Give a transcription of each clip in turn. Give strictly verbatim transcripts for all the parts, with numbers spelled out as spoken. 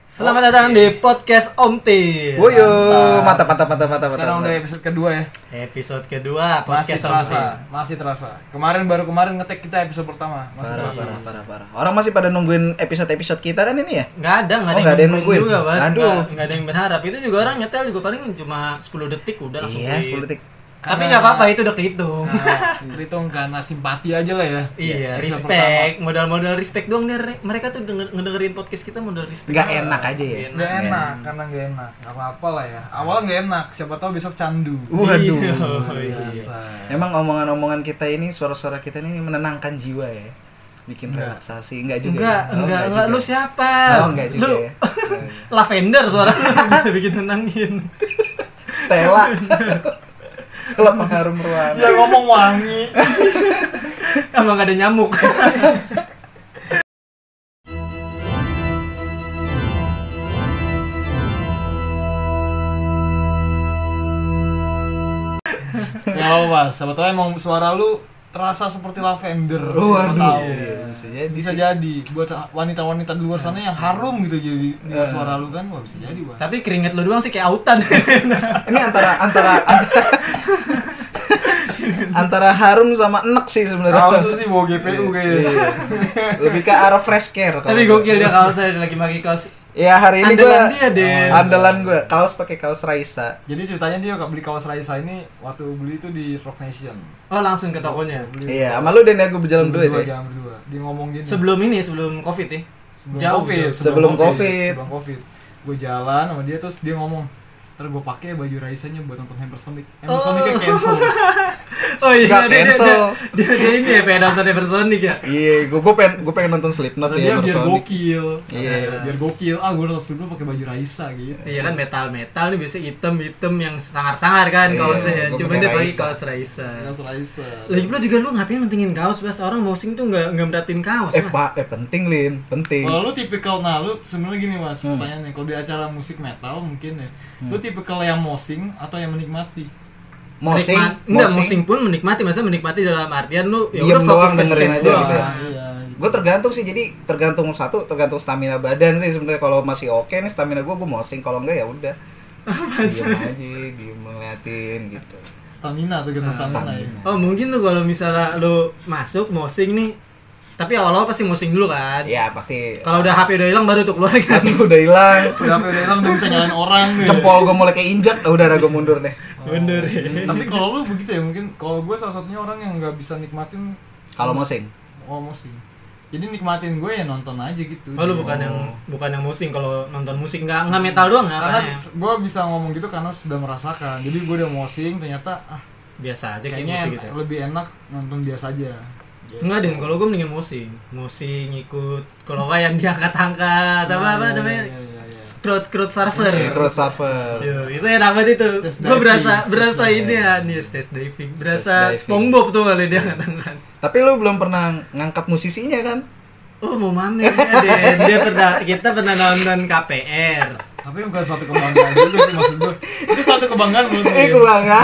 Selamat datang di podcast Om Tir. Woyo, mantap mantap mantap mantap. Sekarang udah episode kedua ya. Episode kedua Masih podcast terasa, Om Tir. masih terasa. Kemarin baru kemarin ngetek kita episode pertama, masih Parah, terasa. parah, parah, parah. Orang masih pada nungguin episode-episode kita kan ini ya? Nggak ada, nggak Oh, ada, nggak ada yang nungguin nungguin. juga, Bas. Aduh. Nggak, nggak ada yang berharap. Itu juga orang nyetel juga paling cuma sepuluh detik udah langsung. Iya, quit. sepuluh detik. Tapi Karena- nggak apa-apa, itu udah kehitung. Nah, terhitung karena simpati aja lah ya. Iya, Episode respect, modal-modal respect doang nih. Re- Mereka tuh denger, ngedengerin podcast kita modal respect. Nggak doang. enak aja ya? Nggak Nggak enak. enak, karena nggak enak. Nggak apa-apa lah ya. Awalnya nggak enak, siapa tahu besok candu. Waduh. Iya, Luar iya. biasa. Emang omongan-omongan kita ini, suara-suara kita ini menenangkan jiwa ya. Bikin Enggak. relaksasi, enggak juga. Enggak, ya? Oh, enggak, enggak. juga. Lu siapa? Oh, enggak juga Lu ya. lavender suara lu bisa bikin tenangin. Stella. Stella pengharum ruangan. Ya ngomong wangi. Emang gak ada nyamuk. Ya apa, siapa tahu emang suara lu terasa seperti lavender. Oh, Siapa aduh. tahu. Iya, bisa jadi Bisa sih. jadi buat wanita-wanita di luar sana yang harum gitu jadi dengar Eh. suara lu kan, wah bisa jadi, Bang. Tapi keringet lu doang sih kayak autan. Ini antara antara antara, antara harum sama enek sih sebenarnya. Kaos lu sih bawa G P U kayaknya. Iya. Lebih ke arah fresh care. kalau Tapi gua. gokil dia kalau saya lagi pakai kaos. Ya hari ini gue Andalan dia, Den. andalan gue kaos pakai kaos Raisa. Jadi ceritanya dia beli kaos Raisa ini waktu beli itu di Rock Nation. Oh, langsung ke tokonya. Beli Iya, sama lu dan aku berjalan duit berdua, ya. jangan berdua. Dia ngomong gini. Sebelum ini, sebelum Covid ya. sebelum jauh, COVID, jauh. Sebelum COVID. Sebelum COVID. Gue jalan sama dia terus dia ngomong, "Ntar gue pakai baju Raisanya buat nonton Hammersonic." Hammersonicnya Oh. cancel. Oh iya, Nggak dia, dia, cancel. dia, dia, dia ini ya pengen nonton Eversonic ya. Iya, gue gue pengen gue pengen nonton Slipknot Karena ya dia biar Eversonic. gokil. Iya. Katanya, biar gokil. Ah, gue nonton Slipknot pakai baju Raisa gitu. Iya kan metal-metal nih biasanya hitam-hitam yang sangar-sangar kan Iya, kaosnya. gua Cuma pakai dia pakai Raisa. kaos Raisa. Kaos Raisa. Lagi pula juga lu ngapain mentingin kaos, Bas? Orang mosing tuh enggak enggak merhatiin kaos, Eh Mas. pak, eh penting Lin, penting. Kalau lu tipikal, nah lu sebenarnya gini Mas, Hmm. pertanyaannya, kalau di acara musik metal mungkin ya, lu tipikal yang mosing atau yang menikmati? Mosing, Menikmat- enggak, mosing pun menikmati, maksudnya menikmati dalam artian lu ya Diem udah fokus doang, ke dengerin sketch aja doang. gitu ya. Iya. Gue tergantung sih, jadi tergantung satu, tergantung stamina badan sih sebenarnya. Kalau masih oke nih stamina gue, gue mosing. Kalau enggak ya udah. Diem aja, diem ngeliatin gitu. Stamina tuh kita stamina ya. Stamina. Oh, mungkin tuh kalau misalnya lu masuk mosing nih, tapi awal-awal pasti mosing dulu kan. Ya pasti. Kalau udah H P udah hilang baru tuh keluar kan. udah hilang. Udah apa udah hilang udah bisa nyalain orang nih. Jempol gue mulai keinjak, udah ada gue mundur deh. Bener. Tapi kalau lu begitu ya, mungkin kalau gue salah satunya orang yang nggak bisa nikmatin Kalau mosing. oh musik. Jadi nikmatin gue ya nonton aja gitu. Oh, lu bukan yang bukan yang mosing kalau nonton musik enggak enggak metal doang ya? Karena Karena gue bisa ngomong gitu karena sudah merasakan. Jadi gue udah mosing ternyata ah biasa aja kayak kayaknya musik en- gitu. Ya. lebih enak nonton biasa aja. Enggak, Den, kalau gue mendingan mosing. Mosing ikut kalau kayak yang diangkat-angkat apa apa Iya, namanya? iya, iya, iya. Crowd crowd server. Iya, cross server. Yo, itu enak banget itu. Stage Gue diving, berasa stage berasa diving. ini ya, nih stage diving. Berasa diving. SpongeBob tuh kali dia angkat-angkat. Tapi lu belum pernah ngangkat musisinya kan? Oh, mau mamer ya, Den. Dia pernah kita pernah nonton K P R. Tapi bukan suatu kebanggaan juga sih maksud gue. Itu suatu kebanggaan menurut gue. Eh, gue bangga.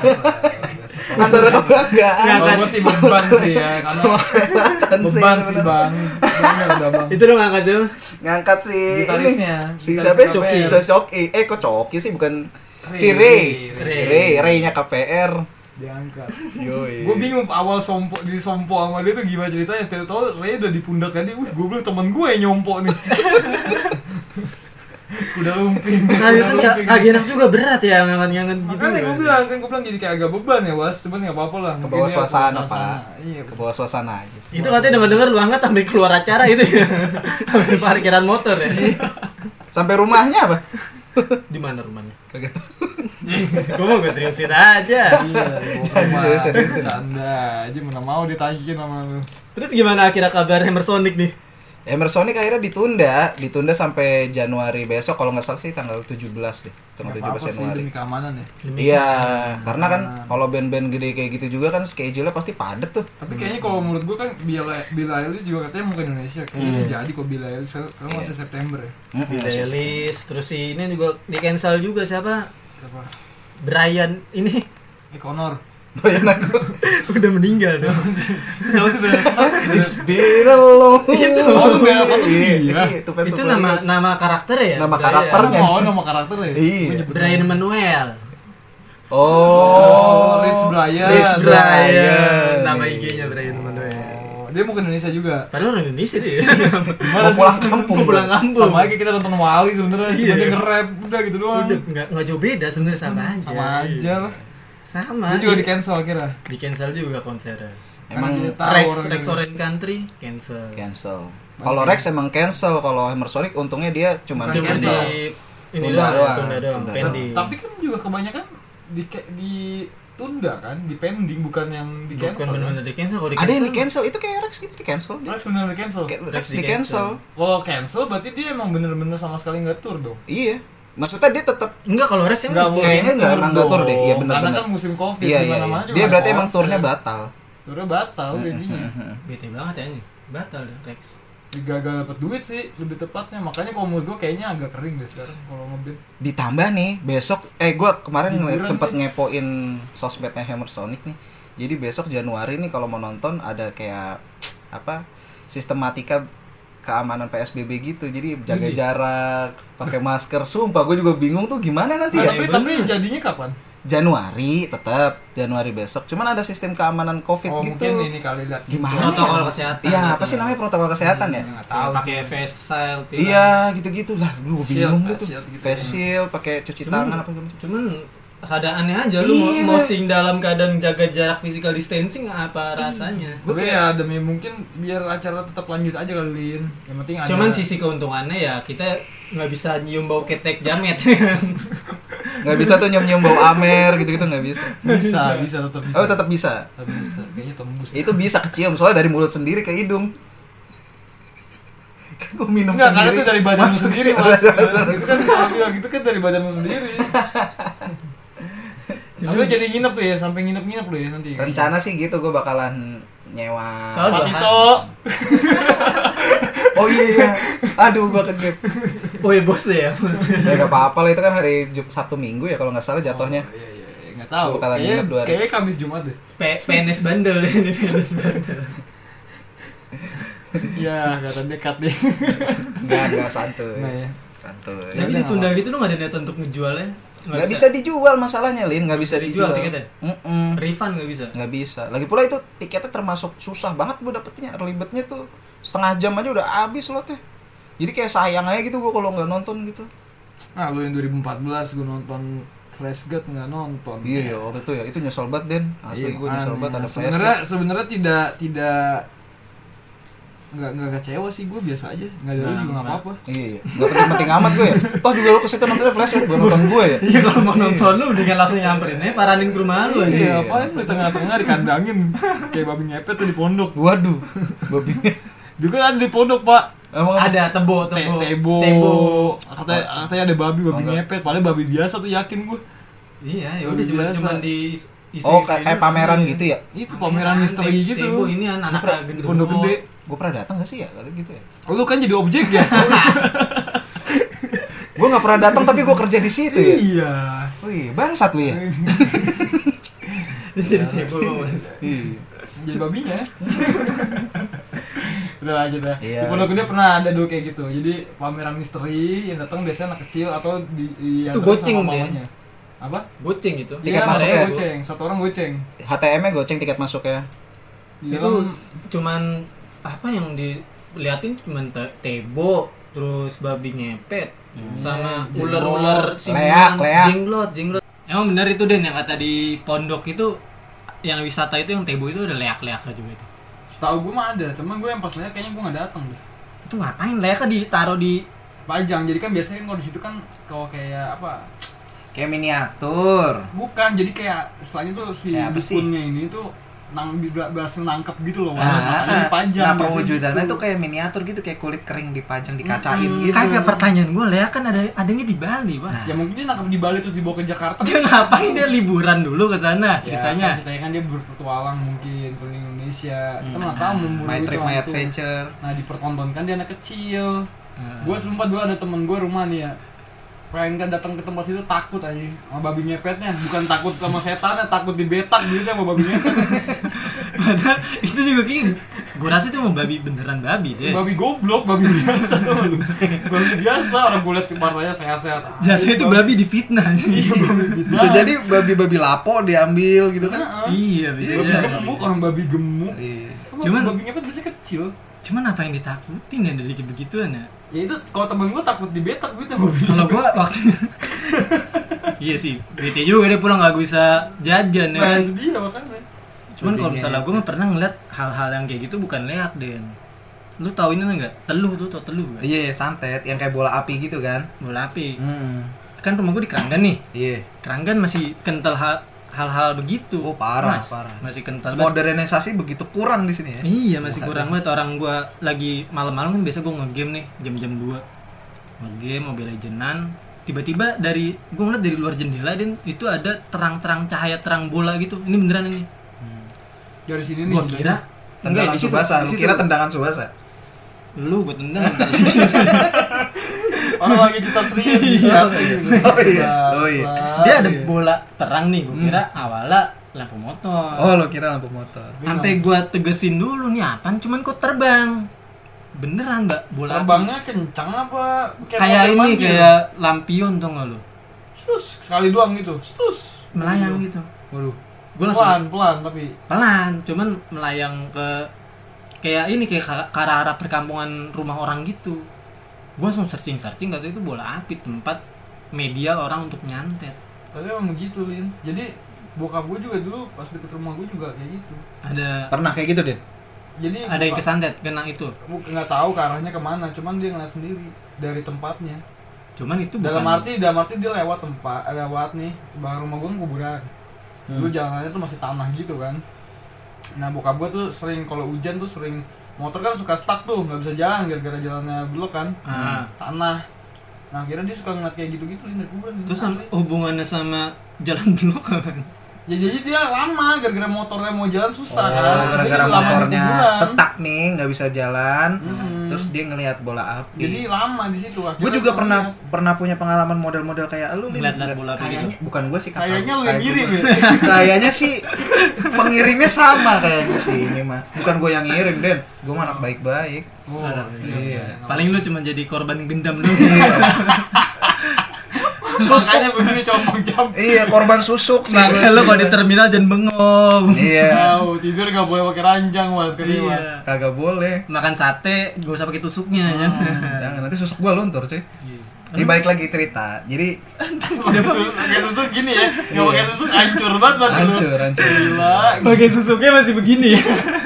Antara kebanggaan. Kalau gue sih beban sih ya, karena beban sih bang. Bener udah bang. Itu dong angkat siapa? Ngangkat si Gitarisnya. ini. Si Gitaris siapa? K P R. Coki. Si Coki. Eh, kok Coki sih bukan Ray. si Ray. Ray. Ray, Ray-nya K P R. Diangkat. Yoi. Gue bingung awal sompo di sompo sama dia tuh gimana ceritanya. Tahu-tahu Ray udah di pundaknya dia. Wih, gue bilang temen gue yang nyompo nih. Udah lumping. Nah, udah itu lumping. lagi enak juga berat ya ngangat-ngangat gitu. Makanya gue bilang, kan gue bilang jadi kayak agak beban ya was. Cuman nggak apa-apa lah. Ke Mungkin bawah dia suasana, ke Pak. Iya. Ke bawah suasana aja sih. Itu katanya dengar-dengar lu angkat sampai keluar acara itu ya. Sampai parkiran motor ya. Sampai rumahnya apa? Di mana rumahnya? Kagak tahu. Gue mau gue seriusin aja. Iya, Jangan serius-seriusin. Canda aja mana mau ditagihin sama lu. Terus gimana akhirnya kabar Hammersonic nih? Emersonic akhirnya ditunda, ditunda sampai Januari besok kalau nggak salah sih tanggal tujuh belas deh, tanggal tujuh Nggak belas apa-apa sih Januari. demi keamanan ya. Iya, karena kan kalau band-band gede kayak gitu juga kan schedule-nya pasti padet tuh. Tapi kayaknya kalau menurut gua kan Billie Billie Eilish juga katanya mau ke Indonesia. Kayaknya Hmm. sih jadi kok Billie Eilish karena masih September ya. Mm-mm. Rilis, terus si ini juga di cancel juga siapa? Apa? Brian ini. Eh Connor. Brian aku Udah meninggal dong. Siapa sih Brian Adams? It's been a long Itu. Oh, Brian Adams tuh Iya, dia. iya, itu Fast Itu and nama Furious. nama karakter ya? Nama Brian. karakternya. Oh, nama karakternya. Iya. Brian Manuel. Oh, Rich Brian. Rich Brian. Brian. Nama I G-nya Brian Manuel. Oh, dia mau ke Indonesia juga. Padahal orang Indonesia dia. Gimana Mau sih? pulang kampung. Mau pulang kampung. Sama aja kita nonton Wali sebenarnya, Iya. cuma dia nge-rap udah gitu doang. Udah enggak enggak jauh beda sebenarnya sama aja. Sama aja lah. Sama. Dia juga di cancel kira. Di cancel juga konsernya. Emang Kan dia tahu Rex orang Rex ini. Orange Country cancel. cancel. Kalau Rex emang cancel, kalau Hammer Sonic untungnya dia cuma Bukan Cuma di cancel. ini Tunda doang, doang. tunda doang, Tunda pending. Tapi kan juga kebanyakan di di tunda kan, di pending bukan yang di Bukan cancel. Kan? benar-benar di cancel, kalau di ada yang di cancel. cancel itu kayak Rex gitu di cancel. Dia. Rex bener di cancel. Kayak Rex Rex di di cancel. Kalau cancel berarti dia emang bener-bener sama sekali nggak tour dong. Iya. Maksudnya dia tetap Enggak, kalau Rex Nggak emang boleh kayaknya nggak tour emang nggak tour deh. Iya dong. benar-benar. Karena kan musim Covid Iya di iya. mana-mana iya. juga Dia ada berarti emang konser. turnya batal. Turnya batal jadinya. bete banget ya ini. Batal deh Rex. Gagal dapet duit sih lebih tepatnya. Makanya kalau menurut gua kayaknya agak kering deh sekarang kalau ngeband. Ditambah nih besok eh gua kemarin Hiburan ngeliat sempet nih. ngepoin sosmednya Hammer Sonic nih. Jadi besok Januari nih kalau mau nonton ada kayak apa? Sistematika keamanan P S B B gitu. Jadi jaga Iya. jarak, pakai masker. Sumpah gue juga bingung tuh gimana nanti Nah, ya. tapi bener. tapi jadinya kapan? Januari tetap Januari besok. Cuman ada sistem keamanan Covid Oh gitu. mungkin ini kali lihat. Gimana? Protokol ya? kesehatan Iya, gitu apa sih lah. namanya protokol kesehatan ya? Nggak Tahu tahu. pakai face shield. Iya, gitu-gitu lah. Lu Shield, bingung face gitu. shield gitu. Face shield, pakai cuci Cuman- tangan apa gitu. Cuman ada aneh aja lu mau Iya. mosing dalam keadaan jaga jarak physical distancing apa rasanya. Tapi ya demi mungkin biar acara tetap lanjut aja kali Lin. Yang penting ada. Cuman sisi keuntungannya ya kita nggak bisa nyium bau ketek jamet kan. Nggak bisa tuh nyium-nyium bau amer gitu-gitu nggak bisa. bisa, bisa tetap bisa. Oh, tetap bisa. Tetap bisa. Kayaknya tembus. Itu bisa kecium soalnya dari mulut sendiri ke hidung. Kan gue minum Enggak, karena sendiri. itu dari badanmu Masuk sendiri, ke Mas. dalam- Karena Itu kan kalau bilang gitu kan dari badanmu sendiri. Tapi lo jadi nginep lu ya, sampai nginep-nginep lu ya nanti. Rencana sih gitu gue bakalan nyewa. Soalnya- Pak Tito. Oh iya iya. Aduh gue kegep. Oh iya bos ya bos. Ya gak apa-apa lah itu kan hari Jum- Sabtu Minggu ya kalau nggak salah jatuhnya. Oh, iya iya, iya. Enggak tahu. Gua bakalan Kayaknya nginep dua hari. kayaknya Kamis Jumat deh. P P N S bandel ini P N S bandel. Iya, kata dekat deh. Enggak enggak santuy. Nah, ya. Santuy. Ya Jadi udah, ditunda nggak gitu lu nggak ada niat untuk ngejualnya? Nggak bisa dijual masalahnya Lin, nggak bisa Bisa dijual dijual. tiketnya? Mm-mm. Refund nggak bisa. Nggak bisa. Lagi pula itu tiketnya termasuk susah banget gue dapetnya. Ribetnya tuh setengah jam aja udah habis slotnya. Jadi kayak sayang aja gitu gue kalau nggak nonton gitu. Nah, lu yang dua ribu empat belas gua nonton Flash God nggak nonton. Iya ya waktu itu ya itu nyesel banget Den. Asli Iya, gue nyesel aneh. banget ada flash. Sebenarnya sebenarnya tidak tidak nggak nggak kecewa sih, gue biasa aja, nggak ada lu Nah, juga nggak nah. apa-apa. Iya iya. Nggak penting-penting amat gue ya. Toh juga lu ke situ nontonnya flash gue nonton gue ya. Iya kalau mau nonton lu mendingan langsung nyamperin aja paranin ke rumah lu aja. Iya, apaan lu di tengah-tengah dikandangin kayak babi ngepet tuh di pondok. Waduh. Babinya. Juga ada di pondok, Pak. Emang Ada tebo Te- tebo. Tebo. Tebo. Katanya katanya ada babi babi Enggak. ngepet, padahal babi biasa tuh yakin gue. Iya, ya udah Babi cuma biasa. cuma di isu Oh kayak eh, pameran gitu ya. Itu pameran misteri gitu. Tebo ini anak Gua gede. Pondok gede. Gue pernah datang gak sih ya kali gitu ya. Lu kan jadi objek ya? Gue nggak pernah datang tapi gue kerja di situ ya. Iya. Wih bangsat lu ya. Jadi tebo. Iya. Jadi babinya. Udah aja dah. Iya. Di Pondok Gede pernah ada dulu kayak gitu. Jadi pameran misteri yang datang biasanya anak kecil atau di, di Itu antarin goceng sama dia. mamanya. Apa? Goceng gitu. Tiket Iya, masuk mereka ya? goceng. Satu orang goceng. H T M-nya goceng tiket masuk ya. Di Itu dalam- cuman apa yang diliatin cuman te- tebo, terus babi ngepet, sama jenglot, ular-ular leak, simulan, leak. jenglot, jenglot. Emang benar itu Den yang kata di pondok itu yang wisata itu yang tebo itu ada leak-leaknya juga itu. Setahu gue mah ada, temen gue yang pas lihat kayaknya gue nggak datang deh. Itu ngapain leaknya ditaruh di Pajang, jadi kan biasanya kan kalau di situ kan kalau kayak apa? Kayak miniatur. Bukan, jadi kayak setelahnya tuh si Kayak apa sih? dukunnya ini tuh nang berhasil nangkep gitu loh. Ah, Makanya dipajang. nah biasanya perwujudannya gitu. tuh kayak miniatur gitu kayak kulit kering dipajang Mm-mm. dikacain gitu. kagak pertanyaan gue leak kan ada adanya di Bali, Pak. Ya mungkin dia nangkep di Bali terus dibawa ke Jakarta. Dia ngapain dia liburan dulu ke sana ceritanya? Ya, kan ceritanya kan dia berpetualang mungkin keliling Indonesia. Kita nggak tahu Hmm, memburu my itu trip my hantu. adventure. Nah dipertontonkan dia anak kecil. Hmm. Gue sumpah dulu ada temen gue rumah nih ya. pengen kan datang ke tempat itu takut aja sama babi ngepetnya, bukan takut sama setannya, takut dibetak gitu sama babi ngepet. Padahal itu juga kayak gue rasa itu mau babi beneran babi deh. Babi goblok, babi biasa tuh lu. Babi biasa, orang gue liat warnanya sehat-sehat. Jatuhnya itu babi difitnah. Iya, babi fitnah. Bisa jadi babi-babi lapo diambil gitu kan. Iya, bisa Babi jadi. gemuk, orang babi gemuk. Iya. Cuman Cuman- babi ngepet biasanya kecil. Cuman apa yang ditakutin ya dari begituan ya? Ya itu kalau temen gue takut dibetak gitu babi. Kalau gua waktu iya sih, bete juga dia pulang nggak bisa jajan ya Nah, kan. itu dia makanya. Cuman kalau Babinya misalnya itu. gua mah pernah ngeliat hal-hal yang kayak gitu bukan leak Den. Lu tau ini enggak? Teluh tuh, tau teluh gak? Iya, santet yang kayak bola api gitu kan. Bola api. Hmm. Kan rumah gua di Keranggan nih. Iya. Keranggan masih kental hal hal-hal begitu. Oh, parah, Mas, parah. Masih kental banget. Modernisasi begitu kurang di sini ya. Iya masih Waduh. kurang banget. Orang gua lagi malam-malam kan biasa gua nge-game nih jam-jam dua. Nge-game Mobile Legends-an. Tiba-tiba dari gua ngeliat dari luar jendela Den itu ada terang-terang cahaya terang bola gitu. Ini beneran ini. Dari sini nih. Gua kira Tendangan di situ, Subasa, di lu situ. kira tendangan Subasa? Lu gua tendang. Orang lagi kita serius gitu. Oh iya. Oh iya. Dia ada bola terang nih. Gua kira awalnya lampu motor. Oh, lu kira lampu motor. Sampai gua tegesin dulu nih apaan cuman kok terbang. Beneran, Mbak, bola. api. Terbangnya kencang apa? Kayak mobil ini manggil? kayak lampion tuh nggak lu? Terus sekali doang gitu. Terus Melayang gitu. Waduh. Gua langsung pelan pelan tapi pelan, cuman melayang ke kayak ini kayak ke, ke arah-arah perkampungan rumah orang gitu. Gua langsung searching-searching katanya itu bola api, tempat media orang untuk nyantet. tapi emang begitu Lin. Jadi bokap gue juga dulu pas deket rumah gue juga kayak gitu. Ada Pernah kayak gitu, Din? Jadi ada yang bokap- kesantet kena itu. bu- nggak tahu ke arahnya kemana, cuman dia ngeliat sendiri dari tempatnya. Cuman itu Dalam bukan arti, dalam arti dia lewat tempat, eh, lewat nih belakang rumah gue kan kuburan. Dulu jalanannya tuh masih tanah gitu kan. Nah bokap gue tuh sering kalau hujan tuh sering motor kan suka stuck tuh, nggak bisa jalan gara-gara jalannya belok kan, Ah. tanah. Nah akhirnya dia suka ngeliat kayak gitu-gitu Lin, dari kuburan. Lin, Terus asli. hubungannya sama jalan belok kan? Ya jadi dia lama gara-gara motornya mau jalan susah Oh, kan. Dia gara-gara jadi lama di motornya kuburan. stuck nih, nggak bisa jalan. Mm-mm. Terus dia ngelihat bola api. Jadi lama di situ. gue Akhirnya juga dia pernah ngeliat. pernah punya pengalaman model-model kayak lu Lin. Ngeliat-ngeliat Nggak- bola api kayaknya gitu. bukan gue sih kakak- Kayaknya lu yang kayak ngirim gua. ya. Kayaknya sih pengirimnya sama kayaknya sih ini mah. Bukan gue yang ngirim, Den. Gue mah anak baik-baik. Oh, iya. Paling lu cuma jadi korban gendam lu. Makanya begini combong jam. Iya, korban susuk sih. Makanya gua lu kalau di sih. terminal jangan bengong. Iya, Tahu, tidur nggak boleh pakai ranjang mas, katanya mas. Iya. kagak boleh. Makan sate gak usah pakai tusuknya ya. Jangan nanti susuk gua luntur, cuy. Ini balik lagi cerita. Jadi Pakai susu, pakai susu gini ya, nggak pakai susu hancur banget mas. lu. hancur, hancur. Gila, Pakai susuknya masih begini ya.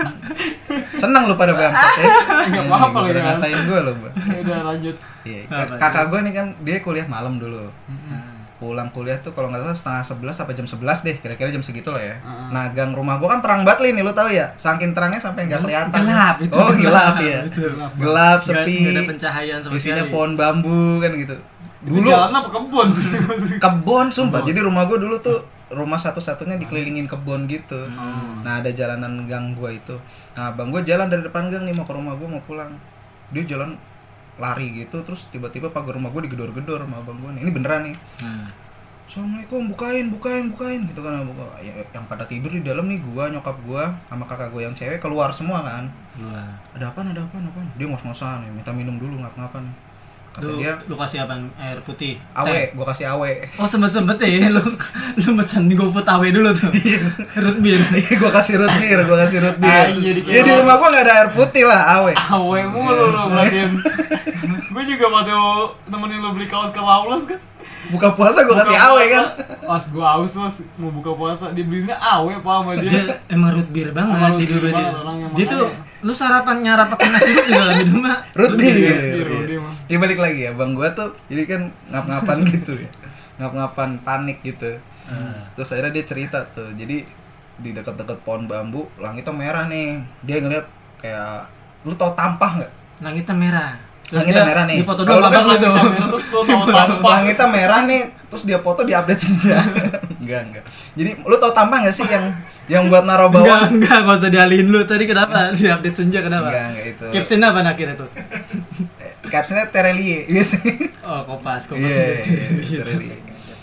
Senang lu pada bangsat ya. nggak apa-apa loh Pada ya mas. ngatain gua lu, Bang. Ya udah lanjut. Iya, Apa? kakak gue nih kan dia kuliah malam dulu. Pulang kuliah tuh kalau nggak salah setengah sebelas sampai jam sebelas deh, kira-kira jam segitu lah ya. Heeh. Nah, gang rumah gua kan terang banget nih, lu tahu ya? Saking terangnya sampai nggak kelihatan. Gelap itu. Oh, gelap ya. Betul. Gelap, Nggak- sepi. nggak ada pencahayaan sama Isinya sekali. pohon bambu kan gitu. Itu Dulu jalan apa kebun? kebon sumpah. Jadi rumah gua dulu tuh rumah satu-satunya dikelilingin kebon gitu. Hmm. Nah, ada jalanan gang gua itu. Nah, bang gua jalan dari depan gang nih mau ke rumah gua mau pulang. Dia jalan lari gitu, terus tiba-tiba pagar rumah gua digedor-gedor sama abang gua nih. Ini beneran nih. Nah, Assalamualaikum, bukain, bukain, bukain gitu kan. Buka. Ya, yang pada tidur di dalam nih gua, nyokap gua sama kakak gua yang cewek keluar semua kan. luar. Ada apaan, ada apaan, apaan. Dia ngos-ngosan nih, minta minum dulu ngap-ngapan. Kata Lu, dia, lu kasih apaan? Air putih. awe, Teh. gua kasih awe. Oh sempet-sempet ya lu lu pesan GoFood awe dulu tuh. Root beer. Gua kasih root beer, gua kasih root beer. Ah, jadi Ya di kayak- rumah gua nggak ada air putih lah, awe. Awe mulu lo berarti. Gue juga waktu nemenin lo beli kaos ke Lawless kan. Buka puasa gua kasih Buka awe puasa, kan. Pas gue aus mas mau buka puasa dibelinya awe pak sama dia. Dia emang root beer Emang banget root di beer dulu dia. banget orangnya, Dia tuh makanya. lu sarapan nyarap pakai nasi lu juga lagi di rumah. Root beer. beer, Iya. dia mah. Ya balik lagi ya, bang gua tuh jadi kan ngap-ngapan gitu ya. Ngap-ngapan panik gitu. Terus akhirnya dia cerita tuh. Jadi di dekat-dekat pohon bambu, langitnya merah nih. Dia ngeliat kayak, lu tau tampah nggak? Langitnya merah. Langitnya dia merah nih. Di foto Kalau dulu lu kan abang lu tuh. Terus tuh sama tampah. Langitnya merah nih, terus dia foto di update senja. Enggak, enggak. Jadi lu tau tampah nggak sih yang yang buat naro Enggak, bawah? enggak, enggak usah dialihin lu. Tadi kenapa? Di update senja kenapa? Enggak, enggak itu. Caption apa akhirnya tuh? captionnya Terelie biasanya. Oh, Kopas, Kopas. Iya, iya, Terelie.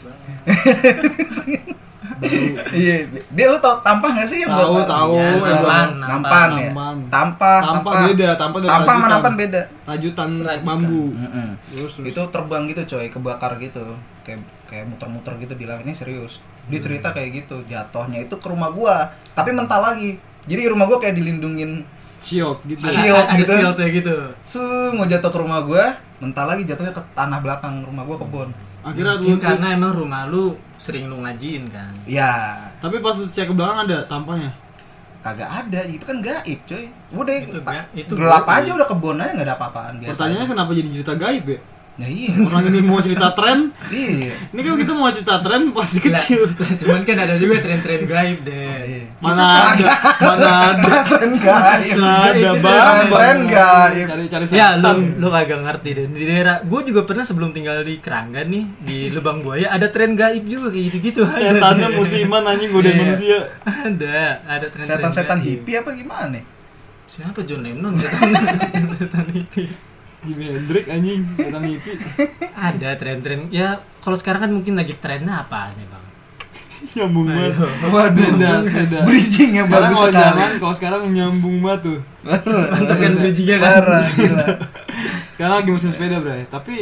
Iya, dia lu tau tampah nggak sih yang Tahu, buat tahu. Ya, yang nampan, buat- nampan ya, nampan. tampah, Tampah beda, tampah dari tampah sama rajutan. nampan beda. Rajutan Rajutan. bambu. Mm-mm. Terus, terus. Itu terbang gitu coy, kebakar gitu, kayak kayak muter-muter gitu di langit. Ini serius. Dia cerita kayak gitu, jatuhnya itu ke rumah gua, tapi mental lagi. Jadi rumah gua kayak dilindungin Shield gitu. Ada- Shield ada gitu. shield ya gitu. su mau jatuh ke rumah gua, mental lagi jatuhnya ke tanah belakang rumah gua, kebun. Akhirnya Mungkin lu karena emang rumah lu sering lu ngajiin kan. Ya, tapi pas lu cek ke belakang ada tampahnya. kagak ada, itu kan gaib coy. Udah Itu ta- ga- itu gelap gaib. aja udah kebun aja nggak ada apa-apaan biasa. Pertanyaannya kenapa jadi cerita gaib ya? Nah iya, Orang ini mau cerita tren, iya. ini kan kita mau cerita tren pasti Lah, kecil. lah, cuman kan ada juga tren-tren gaib deh. Iya. Mana ada, mana ada, Tren gaib. Masa ada Itu bang, tren gaib. Cari-cari Ya, setan. lu lu kagak ngerti deh. Di daerah gua juga pernah sebelum tinggal di Kerangga nih, di Lubang Buaya ada tren gaib juga kayak gitu-gitu. Ada. Setannya musiman anjing godain Iya. manusia. Ada, ada tren-tren. Setan-setan gaib. hippie apa gimana? Siapa John Lennon setan hippie? Jimi Hendrix anjing, setan hippie. Ada tren-tren. Ya, kalau sekarang kan mungkin lagi trennya apa nih, Bang? Nyambung banget. Ayo. Waduh, Sepeda, sepeda. bridging yang Sekarang bagus kalau sekali. zaman, kalau sekarang nyambung banget tuh. Mantap kan bridging-nya kan? Parah, gila. Sekarang lagi musim sepeda, Bray. Tapi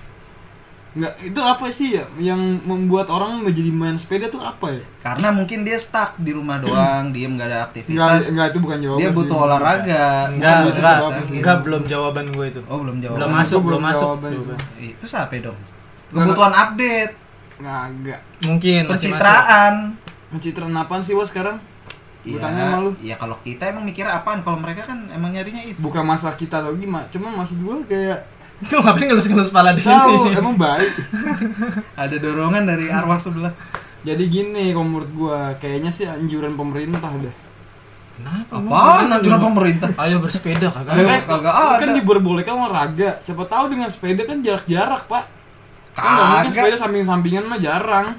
nggak, itu apa sih ya yang membuat orang menjadi main sepeda tuh apa ya? Karena mungkin dia stuck di rumah doang, diem gak ada Enggak, aktivitas. enggak itu bukan jawaban. Dia sih. butuh olahraga. Enggak, Bukan enggak, butuh sih. enggak, belum jawaban gue itu. Oh, belum jawab. Belum Jawaban masuk, gua belum belum masuk. jawaban itu. Jawaban. Itu siapa dong? Kebutuhan update, Nggak, enggak. Mungkin masih masuk. pencitraan. Pencitraan apaan sih Wah sekarang? Gua Iya, tanya sama lu. ya kalau kita emang mikirnya apaan? Kalau mereka kan emang nyarinya itu. Bukan masalah kita atau gimana, cuman maksud gua kayak Lu ngapain ngelus-ngelus kepala di tahu sini? emang baik. Ada dorongan dari arwah sebelah. Jadi gini kalau menurut gua, kayaknya sih anjuran pemerintah deh. Kenapa? Apaan anjuran pemerintah? Ayo bersepeda kagak. Ayo. Kan, kagak kan ada. diperbolehkan olahraga. Siapa tahu dengan sepeda kan jarak-jarak, Pak. Kan nggak mungkin Kagak. sepeda samping-sampingan mah jarang.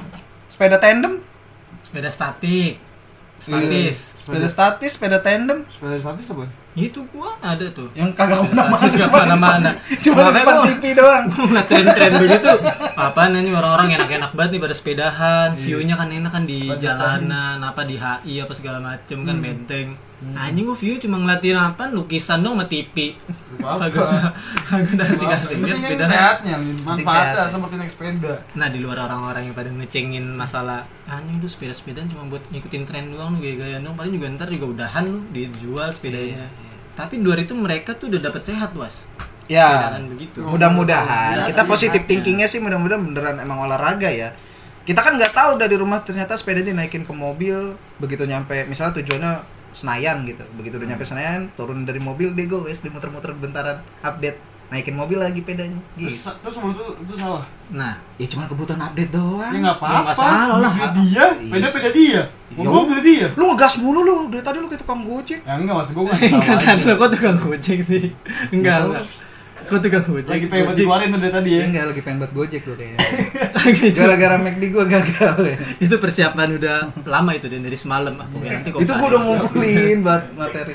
Sepeda tandem? Sepeda statik. Statis. Sepeda statis, sepeda tandem. Sepeda statis apa? Itu gua ada tuh. Yang kagak kemana-mana, Statis nggak cuma kemana-mana. cuma di Makanya depan gua- T V doang. Gua ngeliat tren-tren begitu. Apaan ini orang-orang enak-enak banget nih pada sepedahan, view-nya kan enak kan di Pada jalanan, apa di H I apa segala macem kan benteng. Anjing gua view cuma ngeliatin apa lukisan dong sama T V. Kagak kagak ada asik-asiknya Penting sepeda. kan sehatnya, manfaatnya sehat. seperti naik sepeda. Nah di luar orang-orang yang pada ngecengin masalah anjing tuh sepeda-sepedaan cuma buat ngikutin tren doang lu gaya-gayaan doang paling juga ntar juga udahan lu dijual sepedanya. Tapi di luar itu mereka tuh udah dapat sehat was. Ya, Sepedaan begitu. mudah-mudahan. Ya, Kita sih, positif sehatnya. thinkingnya sih mudah-mudahan beneran emang olahraga ya. Kita kan nggak tahu dari rumah ternyata sepeda dinaikin ke mobil, begitu nyampe misalnya tujuannya Senayan gitu. Begitu udah nyampe Senayan, turun dari mobil deh gue wes dimuter-muter bentaran update. Naikin mobil lagi pedanya. Terus, Gitu. terus semua itu itu salah. Nah Ya cuma kebutuhan update doang. Ya nggak Ya, nggak apa-apa. salah lah. Duit dia, Iya sepeda sih. sepeda dia. Ya, Mobil mobil dia. Lu ngegas mulu lu, dari tadi lu kayak tukang gojek. Ya enggak maksud gua nggak enggak salah. tahu kok tukang gojek sih. Enggak Nggak enggak. Kok tukang gojek? Lagi pengen buat Gojek. dikeluarin tuh dari tadi ya. Ya enggak lagi pengen buat gojek lu kayaknya. Gitu. Gara-gara McD gua gagal ya. Itu persiapan udah lama itu Dan dari semalam aku nanti kok Itu gua udah ngumpulin buat materi.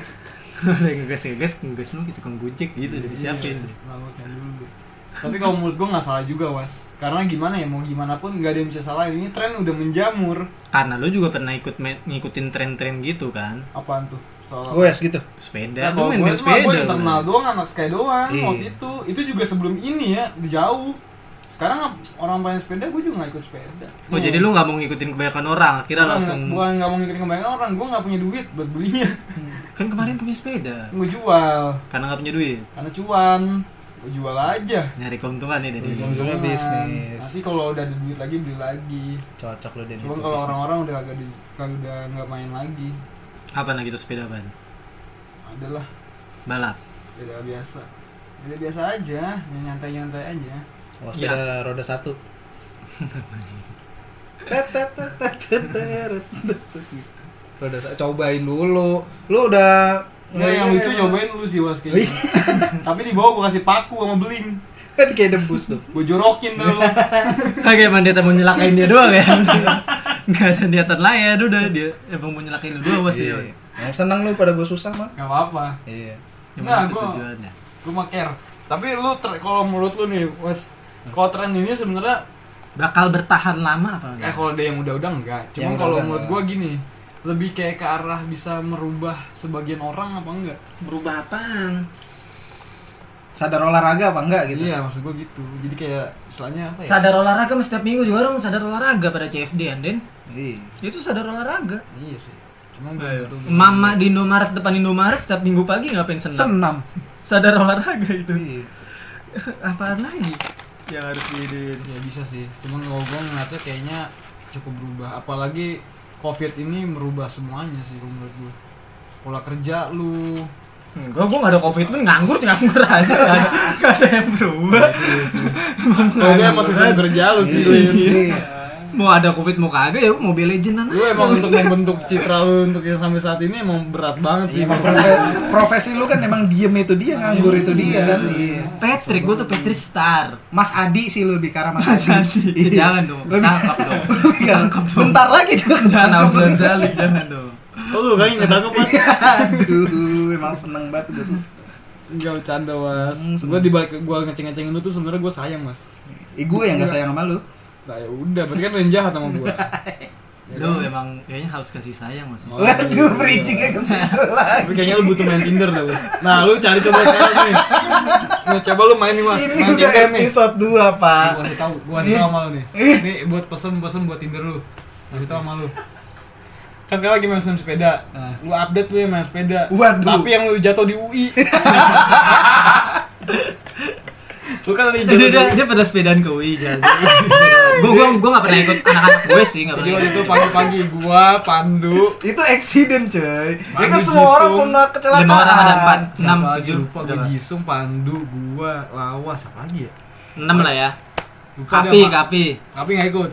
ngegas ngegas ngegas lu gitu tukang gojek gitu dari siapin. Lakukan dulu. Tapi kalau menurut gua nggak salah juga was. Karena gimana ya, mau gimana pun nggak ada yang bisa salah. Ini tren udah menjamur. Karena lu juga pernah ikut me- ngikutin tren-tren gitu kan. Apaan tuh? Soal Gue gitu. Sepeda, Ya, lu kalau main gue main mah sepeda. gue lu. internal doang, anak sky doang Iya. waktu itu. Itu juga sebelum ini ya, udah jauh. Sekarang orang main sepeda, gue juga nggak ikut sepeda. Oh jadi lu nggak mau ngikutin kebanyakan orang, kira Bukan langsung nggak- bukan nggak mau ngikutin kebanyakan orang, gue nggak punya duit buat belinya. kan kemarin punya sepeda Gue jual karena nggak punya duit. karena cuan, gue jual aja. Nyari keuntungan nih dari Ujung-ujungnya Cuan. bisnis. Nanti kalau udah ada duit lagi beli lagi. Cocok lu deh. Cuman kalau orang-orang udah agak di, kalau udah nggak main lagi, apa nah gitu sepeda ban? adalah Balap. sepeda biasa. Sepeda biasa aja, yang nyantai-nyantai aja. Oh, sepeda roda satu. Roda satu cobain dulu. Lu udah Nggak, yang lucu nyobain lu sih was kayaknya. Tapi di bawah gue kasih paku sama beling. kan kayak debus tuh. Gue jorokin tuh. Kagak emang dia mau nyelakain dia doang ya. Nggak ada niatan lain udah dia emang mau nyelakain lu doang pasti. Iya. Yang seneng lu pada gue susah mah. Gak apa-apa. Iya. Yang Nah, mana itu gua- tujuannya? Gue mah care. Tapi lu ter- kalau menurut lu nih, Mas, kalau tren ini sebenarnya Bakal bertahan lama apa eh enggak? kalau ada yang udah-udah enggak. Cuma Yang kalau udah-udah menurut enggak. gua gini, lebih kayak ke arah bisa merubah sebagian orang apa enggak? Berubah apaan? Sadar olahraga apa enggak gitu? Iya, maksud gua gitu. Jadi kayak istilahnya apa ya? Sadar olahraga mesti setiap minggu juga orang sadar olahraga pada C F D Den. Iya. Itu sadar olahraga. Iya sih. Cuma belum Ayo. tentu. Mama di Indomaret depan Indomaret setiap minggu pagi ngapain senam? Senam. Sadar olahraga itu. Iya. Apaan lagi yang harus diidein? Ya bisa sih. Cuman kalau gua ngeliatnya kayaknya cukup berubah. Apalagi Covid ini merubah semuanya sih kalau menurut gua. Pola kerja lu. Enggak, gua enggak ada covid pun nganggur nganggur aja, enggak ada, nggak ada yang berubah. Kalau dia masih sering kerja lu sih. Iya. Mau ada covid mau kagak ya Mobile Legends Lu emang untuk membentuk citra lu untuk yang sampai saat ini emang berat banget sih. Iya, emang profe- profesi lu kan emang diem itu dia, nganggur itu dia kan. Iya. Patrick, gua tuh Patrick Star. Mas Adi sih lu lebih ke arah Mas Mas Adi. Adi. Jangan dong, Lebih- tangkap dong. Iya. Bentar lagi juga Jangan ketangkep. Afgan Zalik, jangan dong. Oh lu kan enggak tangkap Mas. Aduh, emang seneng banget udah susah. Enggak bercanda Mas. Hmm, Gua di balik gua ngeceng-ngecengin lu tuh sebenarnya gua sayang Mas. Eh, gue yang gak sayang sama lu. Nah ya udah, berarti kan lu yang jahat sama gua. Lu emang kayaknya harus kasih sayang Mas. Oh, Waduh, iya. bridging-nya ke situ lagi. Tapi kayaknya lu butuh main Tinder dah, Mas. Nah, lu cari coba sekarang nih. Nih, coba lu main nih, Mas. Ini Main udah Tinder nih. episode dua, Pak. Gua kasih tahu, gua kasih tahu sama lu nih. Ini buat pesen-pesen buat Tinder lu. Kasih tahu sama lu. Kan sekarang lagi main sepeda. Ah. Lu update lu ya main sepeda. Waduh. Tapi yang lu jatuh di U I. Lu kan lagi Dia, jatuh dia, di U I. dia pada sepedaan ke U I jalan. Gue gue gue nggak pernah ikut anak-anak gue sih nggak Jadi pernah. waktu ikut. itu pagi-pagi gua, Pandu, Itu accident, coy. Ya kan Bagus, semua orang Jisung. pernah kecelakaan. Lima orang ada empat, siapa enam, lagi tujuh, lupa, udah gua lah. Jisung, Pandu, gua, Lawas, siapa lagi ya? Enam lah ya. Lupa Kapi deh, Mak. kapi Tapi nggak ikut.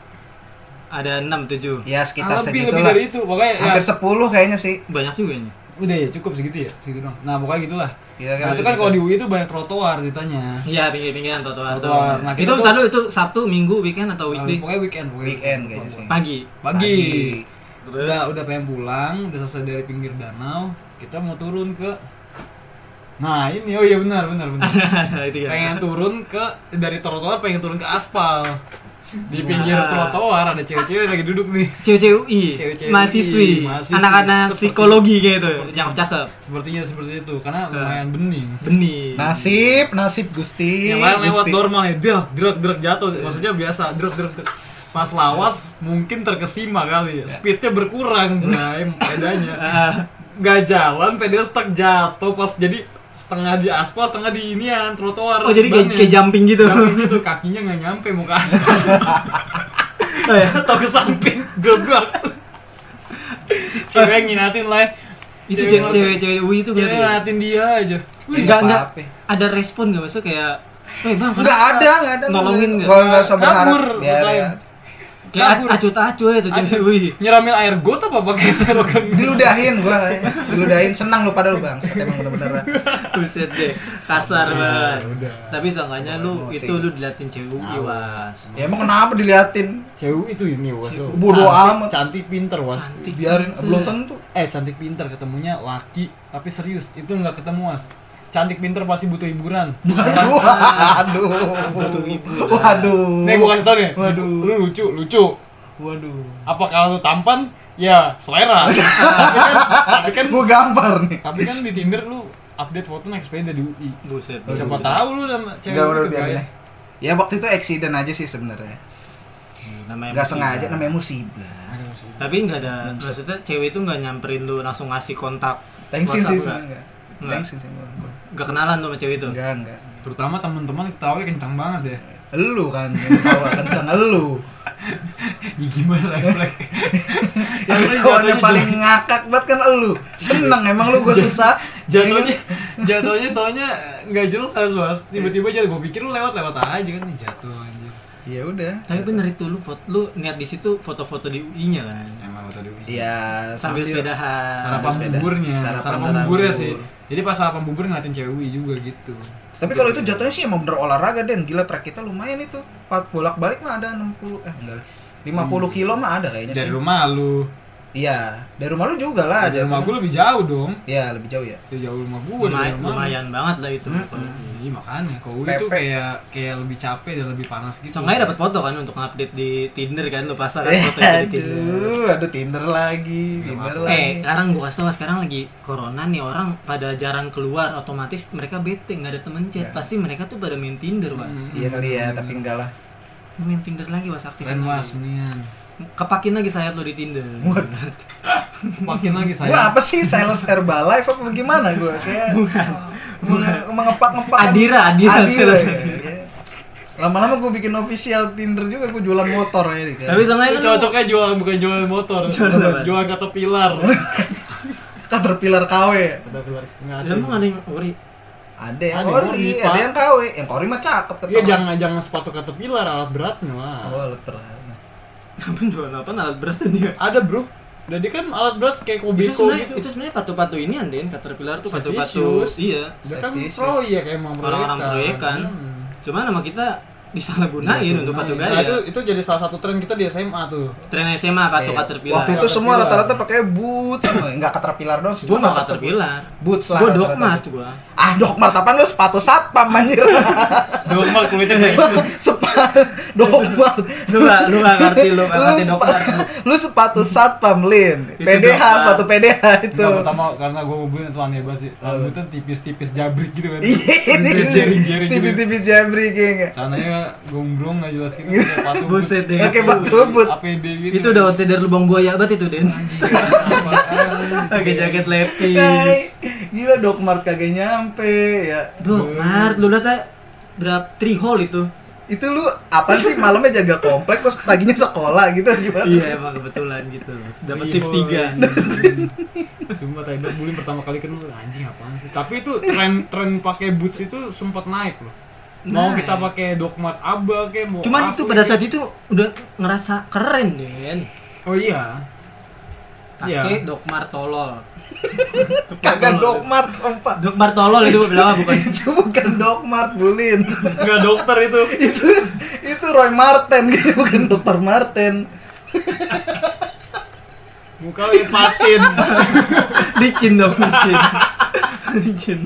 ada enam tujuh. Ya Ah, sekitar lebih, segitu lebih lah. dari itu, pokoknya ya, Hampir sepuluh kayaknya sih. Banyak juga ini. udah ya cukup segitu ya, segitu dong. Nah pokoknya gitulah. Iya Nah itu kan kalau di U I itu banyak trotoar ceritanya. Iya pinggir-pinggiran trotoar tuh. Trotoar. Nah, kita Itu tuh- tadi itu Sabtu, Minggu, weekend atau Nah, weekday? pokoknya weekend, pokoknya Weekend kayaknya sih. Pagi. Pagi. Terus Udah udah pengen pulang, udah selesai dari pinggir danau, kita mau turun ke. Nah ini oh iya benar benar benar. itu ya. Pengen turun ke dari trotoar, pengen turun ke aspal. Di pinggir Nah. trotoar ada cewek-cewek lagi duduk nih. Cewek-cewek U I, Cewek-cewek mahasiswi, U I, mahasiswi. anak-anak Seperti- psikologi gitu, seperti- yang cakep. Sepertinya seperti itu karena Nah. lumayan bening. Benih. Nasib, nasib Gusti. Yang lain lewat Gusti. normal ya, drak drak drak jatuh. Maksudnya biasa, drak drak drak. Pas lawas mungkin terkesima kali ya. Speednya berkurang, Bray, pedanya. Nggak jalan, pedanya stuck jatuh pas jadi setengah di aspal, setengah di inian trotoar. Oh jadi kayak, bannya. kayak jumping gitu. Jumping gitu, kakinya nggak nyampe mau ke aspal. Oh, ya. Jatuh ke samping, gogak. Cewek nginatin lah. Itu Cewek cewek- cewek-cewek U I itu Cewek berarti. ngeliatin dia aja. Wih, Enggak enggak apa-apa. ada respon enggak maksudnya kayak eh bang Enggak ada, enggak ada. Nolongin nggak? Gua enggak usah Kabur, berharap. Biar makanya. ya. kayak kabur. acut-acut itu cewek U I. Nyiramin air got apa pakai serokan? Diludahin gua. Diludahin senang lu pada lu, Bang. Emang bener-bener. Buset deh, kasar banget. udah. Tapi seenggaknya lu Emosi. itu lu diliatin cewek U I Tahu. was. Ya emang kenapa diliatin? Cewek itu ini was. lo. Bodoh Cantik- amat. Cantik pinter was. Cantik. Biarin belum tentu. Eh cantik pinter ketemunya laki tapi serius itu nggak ketemu was. Cantik pinter pasti butuh hiburan. Waduh. Butuh hiburan. Waduh. Nih gua kasih tau nih. Waduh. Lu lucu lucu. Waduh. Apa kalau lu tampan? Ya selera. tapi kan tapi kan Gua gambar nih. tapi kan di Tinder lu update foto naik sepeda di U I. Buset. Siapa tahu lu sama cewek Enggak lu udah ke biarin gaya. deh. Ya waktu itu accident aja sih sebenarnya. Namanya Enggak musibah. sengaja namanya musibah. Aduh, sih. Tapi enggak ada maksudnya cewek itu enggak nyamperin lu langsung ngasih kontak. Thanksin WhatsApp sih nggak? sebenarnya. Nggak. Thanksin sih gua. Enggak kenalan tuh sama cewek itu. Enggak, enggak. Terutama teman-teman ketawanya kencang banget ya. Elu kan yang tahu kenceng elu. Ya gimana refleks? Yang kawannya paling ngakak banget kan elu. Seneng emang lu gua susah. Jatuhnya jatuhnya soalnya nggak jelas was. Tiba-tiba jatuh. Gue pikir lu lewat-lewat aja kan nih jatuh anjir. Ya udah. Tapi bener itu lu foto lu niat di situ foto-foto di U I-nya kan. Emang foto dulu. Iya, Sambil sepedahan. Sarapan sepeda. buburnya, Sarapan sarapan sarapan buburnya bubur. sih. Jadi pas sarapan bubur ngeliatin cewek U I juga gitu. Tapi kalau itu jatuhnya sih emang bener olahraga Den. Gila track kita lumayan itu. Bolak-balik mah ada enam puluh eh enggak. lima puluh kilo mah ada kayaknya Dari sih. rumah lu. Iya, dari rumah lu juga lah. Dari rumah gue lebih jauh dong. Iya, lebih jauh ya. Lebih jauh rumah gue. Lumayan, lumayan banget lah itu. Iya makanya, kalau itu Pepe. kayak kayak lebih capek dan lebih panas gitu. Seenggaknya dapat foto kan untuk update di Tinder kan, lu pasang kan foto itu di Tinder. Aduh, aduh Tinder lagi, Tinder Eh, lagi. sekarang gua kasih tau, sekarang lagi corona nih, orang pada jarang keluar, otomatis mereka bete, nggak ada temen chat. Ya. Pasti mereka tuh pada main Tinder, Was. Iya kali ya, tapi enggak lah. Main Tinder lagi, Was, aktifin Keren mas, lagi. mendingan. Kepakin lagi sayap lo di Tinder. Pakai lagi saya. Gua apa sih sales Herbalife apa gimana gua? Kayak bukan. Mengepak-ngepak. Adira, Adira, Adira. sales. Ya, ya. Lama-lama gua bikin official Tinder juga, gua jualan motor ya. Tapi sama Itu itu cocoknya jual bukan jual motor, Jual jual Caterpillar. Caterpillar K W. Caterpillar. Enggak Ya, emang ada yang ori. Ada yang Ada ori, ori, ada Pak. yang K W. Yang ori mah cakep Iya ketemu. jangan jangan sepatu Caterpillar, alat beratnya lah. Oh, letter. Apa jualan apa alat berat dia? Ada bro. Jadi kan alat berat kayak Itu Kobeko sebenarnya gitu. itu sebenarnya patu-patu ini Den, Caterpillar tuh patu-patu. Servisius. Iya. Dia kan Servisius. proyek emang proyekan. Orang-orang proyekan. Hmm. Cuman nama kita disalahgunain untuk patu Nah, gaya. itu itu jadi salah satu tren kita di S M A tuh. Tren S M A patu Iya. Caterpillar. Waktu itu semua rata-rata pakai boots semua. Enggak Caterpillar dong sih. Gua nggak Caterpillar. Boots lah. Gua rata-rata. Dokmart gua. Ah, Dokmart apaan lu sepatu satpam anjir. Normal kulitnya kayak sepatu Dokmart. Lu nggak lu nggak ngerti lu nggak ngerti sepa- Dokmart. lu sepatu satpam Lin. Itu P D H Dokmart. sepatu P D H itu. Enggak, pertama karena gue mau beli itu aneh banget sih. Rambutnya tipis-tipis jabrik gitu kan. Iya, Jering-jering gitu. tipis-tipis jabri kayaknya. Sananya gombrong nggak jelas gitu kayak patu. Buset deh. Oke, batu but. A P D gitu. Itu udah outsider lubang buaya banget itu Den. Pakai jaket Hai, levis. gila Dokmart kagak nyampe ya. Dokmart, lu lihat aja berapa three hole itu. Itu lu apa sih malamnya jaga komplek terus paginya sekolah gitu gimana? Iya emang kebetulan gitu. Dapat shift tiga. Sumpah tadi bullying pertama kali kan anjing apaan sih. Tapi itu tren tren pakai boots itu sempat naik loh. Mau Naik. kita pakai Dokmart Aba kayak mau Cuman itu Asus pada kayak- saat itu udah ngerasa keren Den. Oh iya. Pakai Iya. Dokmart tolol. Kagak Dokmart sumpah. Dokmart tolol itu bilang bukan. Itu bukan Dokmart Bulin. Enggak dokter itu. itu itu Roy Marten gitu bukan Dokter Marten. Muka lu patin. Licin dong, licin. Licin.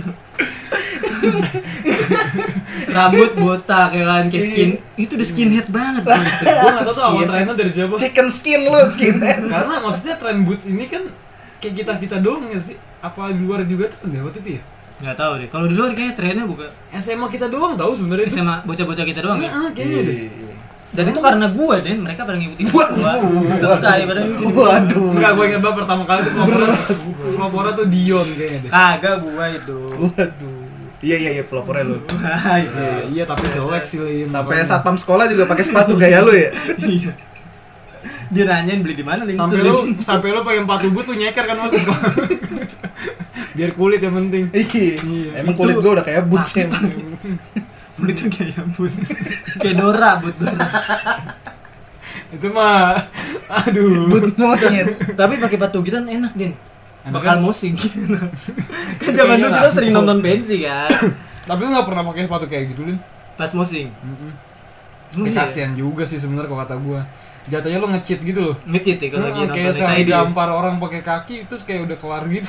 Rambut botak ya kan, kayak skin. Itu udah skinhead banget bro, itu. Gua enggak tahu tuh awal Skin. trennya dari siapa. Chicken skin lu skin. Karena maksudnya tren boot ini kan kayak kita-kita doang ya sih. Apa di luar juga tuh lewat itu ya? Nggak tahu deh. Kalau di luar kayaknya trennya bukan S M A kita doang tahu sebenarnya itu. S M A bocah-bocah kita doang ya. Heeh, kayaknya deh. Dan itu karena gua Den, mereka pada ngikutin gua. Waduh, Serta pada ngikutin gua. Waduh. Enggak, gue ingat banget pertama kali tuh pelopora, pelopora tuh Dion kayaknya deh. Kagak gua itu. Waduh. Iya iya iya pelopornya lu. Wah, itu. Ya, iya tapi jelek sih Lim. Sampai satpam sekolah juga pakai sepatu gaya lu ya. Iya. Dia nanyain beli di mana Lin? sampai Itu, lu Lin. sampai lu pakai sepatu boot tuh nyeker kan mas. Biar kulit yang penting. Iya. Emang kulit gua udah kayak boots ya. Beli tuh kayak ampun. Kayak Dora, but Dora. Itu mah aduh. Boot monyet. Tapi pakai patu gitu kan enak, Din. Enak Bakal kan? musik. Kan zaman dulu kita sering nonton pensi kan. Tapi lu enggak pernah pakai sepatu kayak gitu, Lin. Pas musik. Heeh. Emang iya? Kasihan juga sih sebenarnya kalau kata gua. Jatuhnya lu nge-cheat gitu loh. Ngecit ya kalau lagi Heeh, nonton kayak S I saya D. gampar orang pakai kaki terus kayak udah kelar gitu.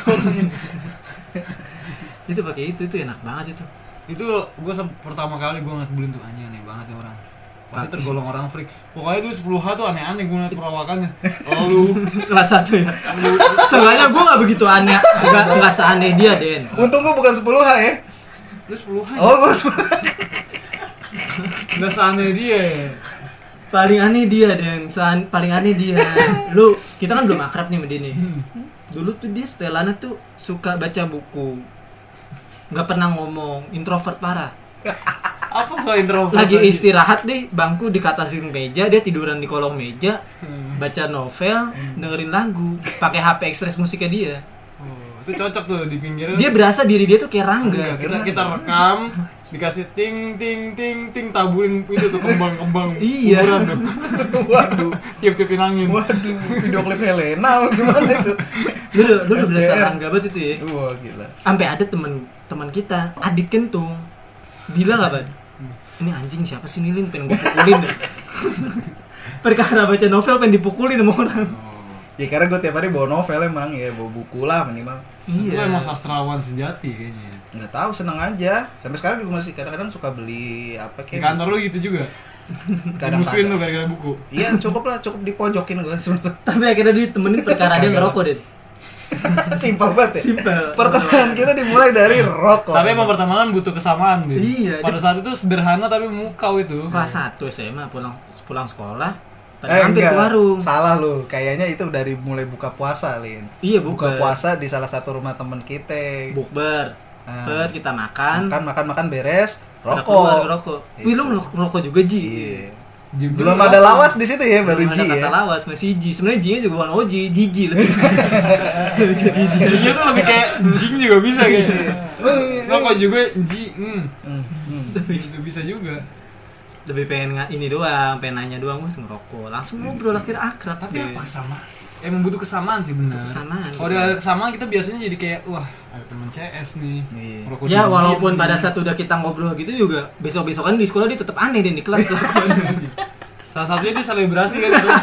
Itu pakai itu itu enak banget itu. Itu gua se- pertama kali gua ngeliat Bulin tuh anjing aneh banget nih orang. Pasti Pakai. tergolong orang freak. Pokoknya dulu sepuluh H tuh aneh-aneh gua ngeliat perawakannya. Lalu Kelas satu ya. Seenggaknya gua enggak begitu aneh, enggak enggak seaneh dia, Den. Untung gua bukan sepuluh H ya. terus sepuluh H Oh, gua nggak seaneh dia ya. Paling aneh dia, Den. Sean, paling aneh dia. Lu, kita kan belum akrab nih sama dia nih. Dulu tuh dia setelannya tuh suka baca buku. Nggak pernah ngomong, introvert parah. Apa soal introvert Lagi istirahat deh, bangku dikatasin meja, dia tiduran di kolong meja, Hmm. baca novel, dengerin lagu, pakai H P Express musiknya dia. Oh, itu cocok tuh di pinggirnya. Dia berasa diri dia tuh kayak Rangga. Enggak, kita kita rekam dikasih ting ting ting ting taburin itu tuh kembang-kembang Iya. kuburan tuh. waduh. Tiup-tiupin angin. Waduh, video klip Helena gimana itu? Lu udah- lu udah berasa M C R. Rangga banget itu ya. Wah, gila. Sampai ada teman teman kita, adik kentung, bilang apa? Ini anjing siapa sih Nilin pengen gue pukulin deh. Perkara baca novel pengen dipukulin sama orang. Ya karena gue tiap hari bawa novel emang ya, bawa buku lah minimal. Lu emang sastrawan sejati kayaknya. Nggak tahu, seneng aja. Sampai sekarang juga masih kadang-kadang suka beli apa Di kayak. kantor lu gitu juga? Kadang-kadang. Musuhin lu gara-gara buku? Iya cukup lah, cukup dipojokin gue sebenarnya. Tapi akhirnya ditemenin perkara dia ngerokok deh. Simpel banget ya. Simpel. Pertemanan kita dimulai dari rokok. Tapi emang pertemanan butuh kesamaan deh. Iya, Pada dia- saat itu sederhana tapi memukau itu. Kelas satu S M A pulang pulang sekolah pada Eh, hampir ke enggak. warung. Salah lu. Kayaknya itu dari mulai buka puasa, Lin. Iya, Buka bukber. puasa di salah satu rumah temen kita. Bukber. Ah. Bukber, kita makan. Makan makan makan beres, pada keluar, rokok. rokok. Itu. Wih, lu ngerokok ngerokok juga, Ji. Iya. Dia Belum bilang, ada lawas di situ ya, baru Belum Ji ada kata ya. lawas, masih Ji. Sebenarnya Ji-nya juga bukan Oji, Jiji lebih. Jinya tuh lebih kayak jing juga bisa kayak. Oh, iya. Rokok juga ji, hmm. Hmm, hmm. Juga bisa juga. Lebih pengen nga- ini doang, pengen nanya doang, gue ngerokok. Langsung ngobrol akhirnya akrab. Tapi deh. apa kesamaan? Emang butuh kesamaan sih benar. Butuh kesamaan. Kalau udah ada kesamaan kita biasanya jadi kayak wah ada teman C S nih. Iya. Ngerokok Ya dingin walaupun nih. pada saat udah kita ngobrol gitu juga besok-besokan di sekolah dia tetap aneh deh di kelas kelakuannya. Salah satunya dia selebrasi kan itu.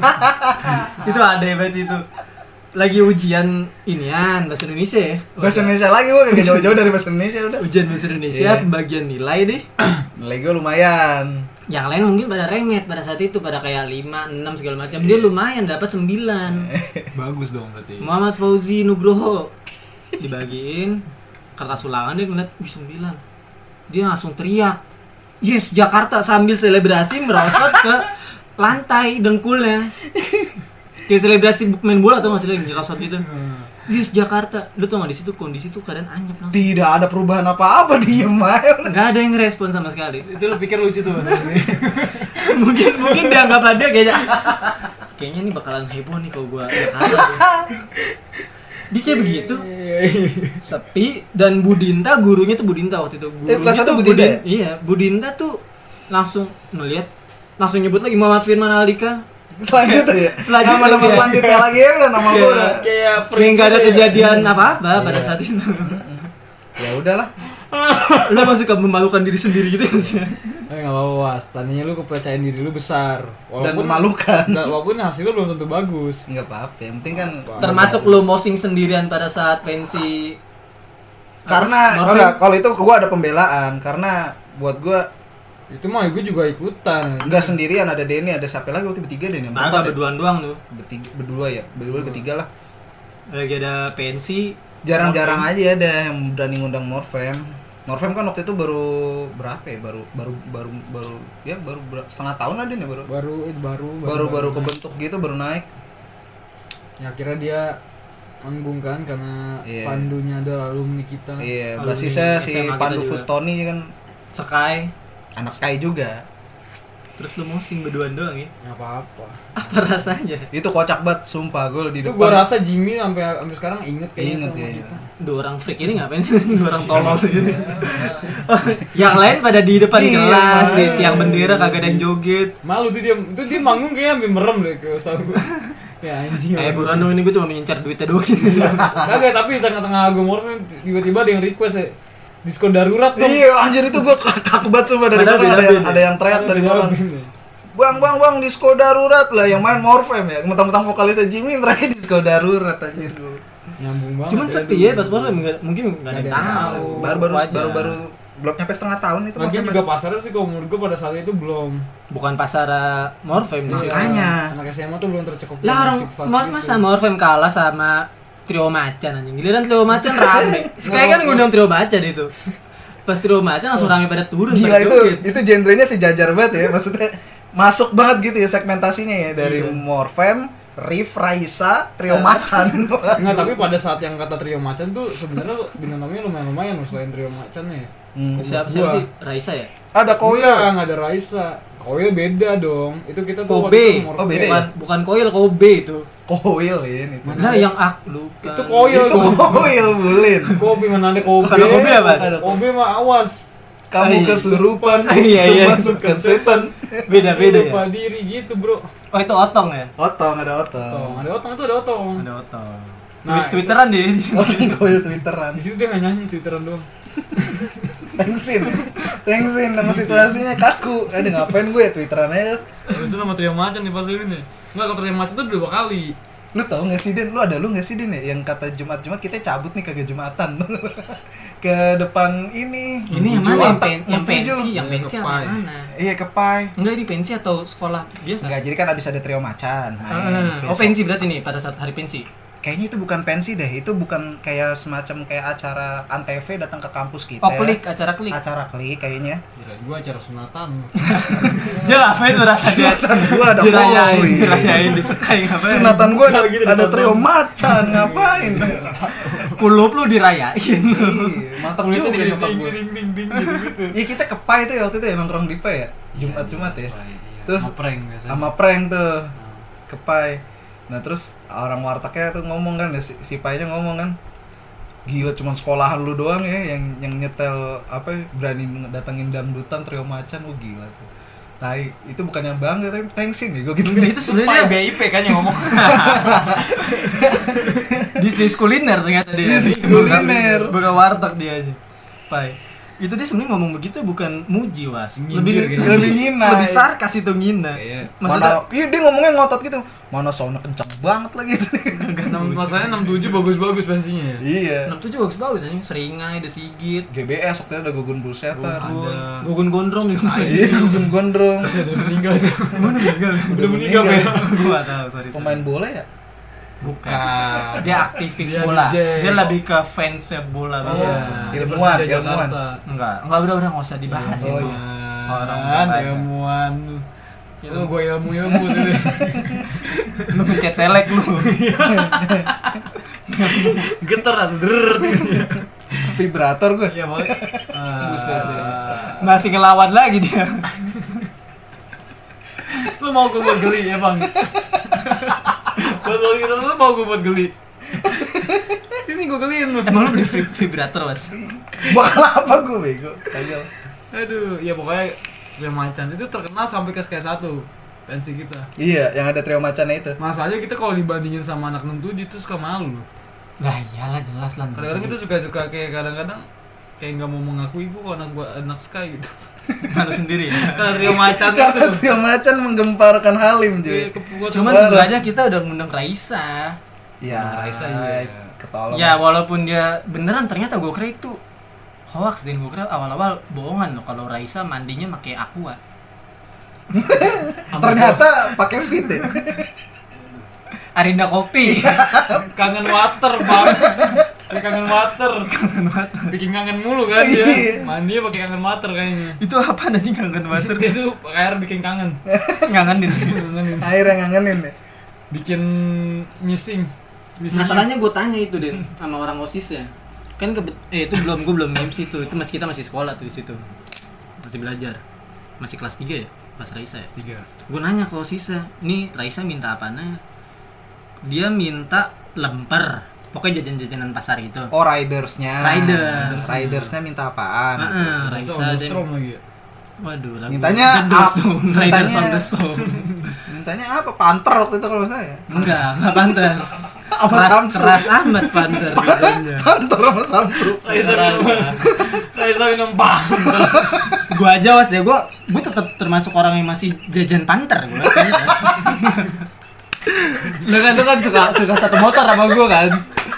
Itu ada hebat sih itu. Lagi ujian inian bahasa Indonesia ya. Bahasa Indonesia lagi gua kagak jauh-jauh dari bahasa Indonesia udah. Ujian bahasa Indonesia Iya. pembagian nilai deh. Nilai gua lumayan. Yang lain mungkin pada remet pada saat itu pada kayak lima, enam segala macam. Dia lumayan dapat sembilan. Bagus dong berarti. Muhammad Fauzi Nugroho dibagiin kertas ulangan dia ngeliat, wih sembilan. Dia langsung teriak, yes Jakarta sambil selebrasi merosot ke lantai dengkulnya. Kayak selebrasi main bola atau masih lagi nyerosot gitu. Yes Jakarta. Lu tau gak di situ kondisi tuh keadaan anyep langsung. Tidak ada perubahan apa-apa, diem aja. Nggak ada yang respon sama sekali. Itu lu pikir lucu tuh. mungkin mungkin dianggap ada kayaknya. Kayaknya ini bakalan heboh nih kalau gua Jakarta. Deh. Dia kayak begitu. Sepi dan Budinta gurunya tuh Budinta waktu itu. Gurunya Eh, kelas satu tuh Budinta Budin- Iya, Budinta tuh langsung ngeliat langsung nyebut lagi Muhammad Firman Aldika. Selanjutnya ya. Selanjutnya, Nama-nama iya. selanjutnya lagi ya udah nama gua udah. Kayak Kayak nggak ada kejadian apa-apa pada Iya. saat itu. Ya udahlah. Lu masih suka memalukan diri sendiri gitu maksudnya. Eh enggak apa-apa, Was. Tadinya lu kepercayaan diri lu besar. Dan memalukan. Nggak, walaupun hasilnya belum tentu bagus. Enggak apa-apa, yang penting kan Termasuk lu mosing sendirian pada saat pensi. karena Morfin. enggak, kalau itu gua ada pembelaan karena buat gua Itu mah gue juga ikutan. enggak sendirian, ada Denny, ada siapa lagi waktu bertiga Denny. Nah, Berempat ya? berduaan doang tuh. Bertiga, berdua ya, berdua bertiga lah. Lagi ada pensi. Jarang-jarang aja ada yang berani ngundang Morfem. Morfem kan waktu itu baru berapa ya? Baru baru baru baru ya baru ber- setengah tahun ada nih baru. Baru itu baru Baru baru kebentuk gitu, baru naik. Ya akhirnya dia manggung kan karena Iya. pandunya adalah alumni kita. Iya, Alumni basisnya S si M A kita Pandu juga. Fustoni kan Sky. anak Sky juga. Terus lu mosing berduaan doang ya. Nggak apa-apa. Apa rasanya? Itu kocak banget, sumpah gue di Itu depan. gue rasa Jimmy sampai sampai sekarang inget kayaknya Inget sama ya. kita. Dua orang freak ini ngapain sih? Dua orang tolol gitu. Yang lain pada di depan Iya, kelas, di iya. tiang bendera kagak ada yang joget. Malu tuh dia, itu dia manggung kayaknya sampai merem deh kalau tahu gue. Ya anjing. Eh buruan dong, ini gue cuma mengincar duitnya doang gitu. Kagak, tapi di tengah-tengah gue morfin tiba-tiba ada yang request ya. Diskon darurat dong. Iya, anjir itu gue kaku banget sumpah dari Padahal belakang ada beda-beda. yang, ada yang teriak dari belakang. Bang, bang, bang, disko darurat lah yang main Morfem ya. Mentang-mentang vokalisnya Jimmy terakhir disko darurat anjir gue. Nyambung banget. Cuman sepi ya pas pas mungkin nggak ada yang tahu. Baru-baru Wajar. baru-baru belum nyampe setengah tahun itu Lagi Morfem. juga pasarnya sih kalau menurut gue pada saat itu belum. Bukan pasar Morfem di situ. Makanya. Anak S M A tuh belum tercukup. Lah orang musik fast mas gitu. masa Morfem kalah sama Trio Macan anjing. Giliran Trio Macan rame. Sekali kan ngundang Trio Macan itu. Pas Trio Macan langsung rame pada turun. Gila pada itu joget. itu genrenya sejajar banget ya. Maksudnya masuk banget gitu ya segmentasinya ya dari Iya. Morfem, Rif, Raisa, Trio Macan. Enggak, tapi pada saat yang kata Trio Macan tuh sebenarnya bintang tamunya lumayan-lumayan loh selain Trio Macan ya. Hmm. Siapa, Gua. siapa sih? Raisa ya? Ada Koil. Enggak, enggak ada Raisa. Koil beda dong. Itu kita tuh Kobe. waktu itu Morfem. Oh, beda ya? Bukan bukan Koil, Kobe itu. Koil ya ini. Mana? Nah, yang ah lupa. Itu Koil. Itu Koil bulin. Kobe mana ada Kobe? Kalau Kobe apa? Ada Kobe mah awas. Kamu Ay. kesurupan, Iya, iya. masukkan setan. Beda-beda ya. Lupa diri gitu, Bro. Oh, itu Otong ya? Otong, ada otong. Otong, ada otong itu ada otong. Ada Otong. Nah, Tweet- Twitteran dia di sini. Otong koil twitteran. Di situ dia nggak nyanyi twitteran doang. Thanksin, thanksin sama situasinya kaku. Ada ngapain gue ya twitteran aja. Terus nama Trio Macan nih pas ini. Enggak, kalau Trio Macan tuh dua kali. Lu tau gak sih Den, lu ada lu gak sih Den ya yang kata Jumat-Jumat kita cabut nih kagak Jumatan ke depan ini. Ini yang Tujuh, mana? Yang, otak- pen, yang pensi, tujuh. yang pensi Yang apa kepai. mana? Iya kepai. Enggak di pensi atau sekolah biasa? Enggak, jadi kan abis ada trio macan. main Ah, oh besok. pensi berarti nih pada saat hari pensi. Kayaknya itu bukan pensi deh, itu bukan kayak semacam kayak acara Antv datang ke kampus kita. Oh klik, acara klik. Acara klik kayaknya. Kira gua acara sunatan. Dia ngapain tuh rasanya? Sunatan gua ada Dirayain, poli. dirayain disekai ngapain? Sunatan gua ada, Gini ada ditonton. trio macan, ngapain? Kulup lu dirayain. Iya, mantap Kulitnya juga ding nyokap ding gua. ding ding ding gitu-gitu. Iya kita ke Pai tuh ya waktu itu ya nongkrong di Pai ya. Jumat-Jumat ya. Terus Sama prank biasanya. sama prank tuh ke Pai. Nah terus orang wartegnya tuh ngomong kan, si, si Painya ngomong kan, gila cuman sekolahan lu doang ya yang yang nyetel apa berani datengin dangdutan trio macan, lu gila tuh. Tai, itu bukan yang bangga tapi thanksin ya gue gitu. Itu sebenarnya B I P kan yang ngomong. bisnis kuliner ternyata dia. Bisnis kuliner. Buka warteg dia aja. Pai. Itu dia sebenarnya ngomong begitu bukan muji, Was. Nyindir Lebih gitu. Lebih ngina. Lebih sarkas itu ngina. Iya. Maksudnya Mana, iya dia ngomongnya ngotot gitu. Mana soundnya kencang banget lagi. Enam masalahnya enam tujuh bagus-bagus pensinya ya. Iya. enam tujuh bagus-bagus aja, Seringai, The Sigit, G B S waktu itu ada Gugun Bullsetter. Gugun, Ada. Gugun Gondrong juga. Iya, Gugun Gondrong. Masih ada yang meninggal tuh. Mana meninggal? Udah meninggal meninggal. ya. Gua tahu, sorry. sorry. Pemain bola ya? Bukan. Bukan. Dia aktivis Dia bola. D J. Dia lebih ke fansnya bola Oh. banget. Iya. ilmuwan, Persija ilmuwan. Jakarta. Enggak, enggak udah udah enggak usah dibahas Oh, itu. iya. Orang Orang bertanya. ilmuwan. Ilmu. Lu gua ilmu-ilmu tuh. Lu mencet selek lu. Getar atau der. Vibrator gue. Iya, boleh. Buset deh. Masih ngelawan lagi dia. Lu mau gua buat geli ya, Bang? Buat lu gitu lu mau gua buat geli. Sini gua geliin lu. Emang lu beli vib- vibrator, Was? Bakal apa gue bego? Kagak. Aduh, ya pokoknya Trio Macan itu terkenal sampai ke S K satu pensi kita. Iya, yang ada trio macannya itu. Masalahnya kita kalau dibandingin sama anak enam tujuh itu suka malu loh. Lah iyalah jelas lah. Kadang-kadang kita suka-suka kayak kadang-kadang kayak nggak mau mengakui gua anak gua anak Sky gitu. malu sendiri ya. Karena Trio Macan Karena itu. trio macan menggemparkan Halim Iya, cuy. kepuas- Cuman Parah. sebenarnya kita udah ngundang Raisa. Ya, Raisa, iya. ketolong. Ya walaupun dia beneran ternyata gue kira itu hoax, dan gue kira awal-awal bohongan loh kalau Raisa mandinya pakai aqua. Ternyata pakai fit ya. Arinda kopi. kangen water, Bang. Dia kangen water. Kangen water. Bikin kangen mulu kan dia. Iya. Mandi pakai kangen water kayaknya. Itu apa nanti kangen water? Dia tuh pakai air bikin kangen. Ngangenin. Kangenin. Air yang ngangenin ya. Bikin missing. Missing. Masalahnya gue tanya itu Den sama orang OSIS ya. Kan ke eh itu belum gue belum M C tuh. Itu masih kita masih sekolah tuh di situ. Masih belajar. Masih kelas tiga ya? Pas Raisa ya? tiga. Gue nanya ke OSISnya, "Nih Raisa minta apanya?" Dia minta lemper. Pokoknya jajan-jajanan pasar gitu. Oh, ridersnya. Riders. Ridersnya minta apaan? Heeh, Raisa Raisa dia. Strom lagi ya. Waduh, lagu Mintanya The up- Stone, Riders mintanya- on the Stone. Mintanya apa? Panther waktu itu kalau saya. Enggak, enggak Panther. Apa Keras, Samsu? keras amat Panther bidangnya. Panther sama Samsu. Raisa minum. Raisa minum pang. Gua aja Was ya, gua gua tetap termasuk orang yang masih jajan Panther gua. Lu kan, lu kan suka suka satu motor sama gua kan.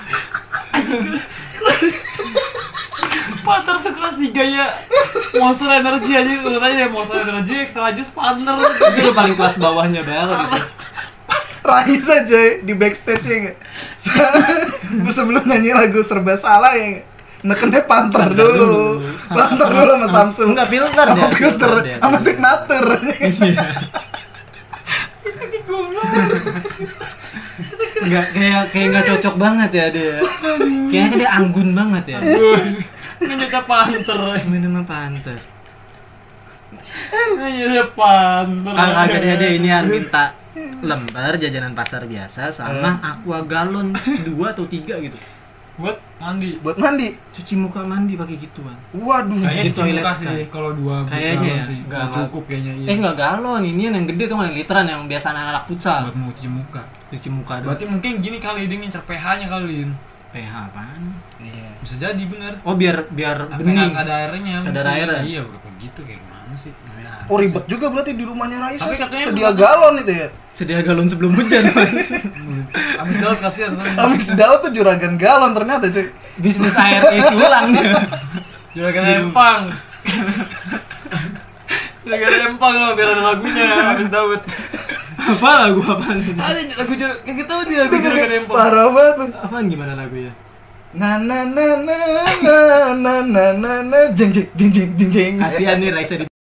Panther tuh kelas tiga ya. Monster Energy aja lu tanya deh Monster Energy extra jus Panther. Itu lu paling kelas bawahnya banget gitu. Raisa coy di backstage ya nggak? Sebelum nyanyi lagu serba salah ya nggak? Nekennya Panther Panther dulu. dulu. Panther dulu sama Samsung. Enggak, filter dia. Sama filter Filter dia. sama signature. Enggak kayak kayak enggak cocok banget ya dia. Kayaknya dia anggun banget ya. Nyanyi Panther. Main sama Panther. Nyanyi Panther. Kagak dia dia ini minta lembar jajanan pasar biasa sama aqua galon dua atau tiga gitu. Buat mandi. Buat mandi. Cuci muka mandi pakai gituan. Waduh. Kayaknya Di di toilet muka sekali. sih kalau dua Kayaknya galon ya. sih. Enggak, Nggak cukup kayaknya iya. Eh enggak galon, ini yang gede tuh yang literan yang biasa anak-anak futsal. Buat mau cuci muka. Cuci muka doang. Berarti mungkin gini kali dia ngincer pH-nya kali. P H apaan? Iya. Bisa jadi bener. Oh biar biar Apa bening. nggak ada airnya. Ada mungkin. airnya? Iya, kayak gitu kayak gimana sih. Ya, Oh ribet juga berarti di rumahnya Raisa. Tapi katanya sedia emang- galon itu ya. Sedia galon sebelum hujan. Mas. Abis daun kasihan kan. Habis daun tuh juragan galon ternyata cuy. Bisnis air isi ulang. Juragan empang. Juragan empang loh biar ada lagunya abis Daud. Apa lagu apaan ini? Ada lagu juragan kayak gitu aja lagu juragan empang. Parah banget tuh. Apaan gimana lagunya? Na na na na na na na na na jeng jeng jeng jeng jeng jeng. Kasihan nih Raisa di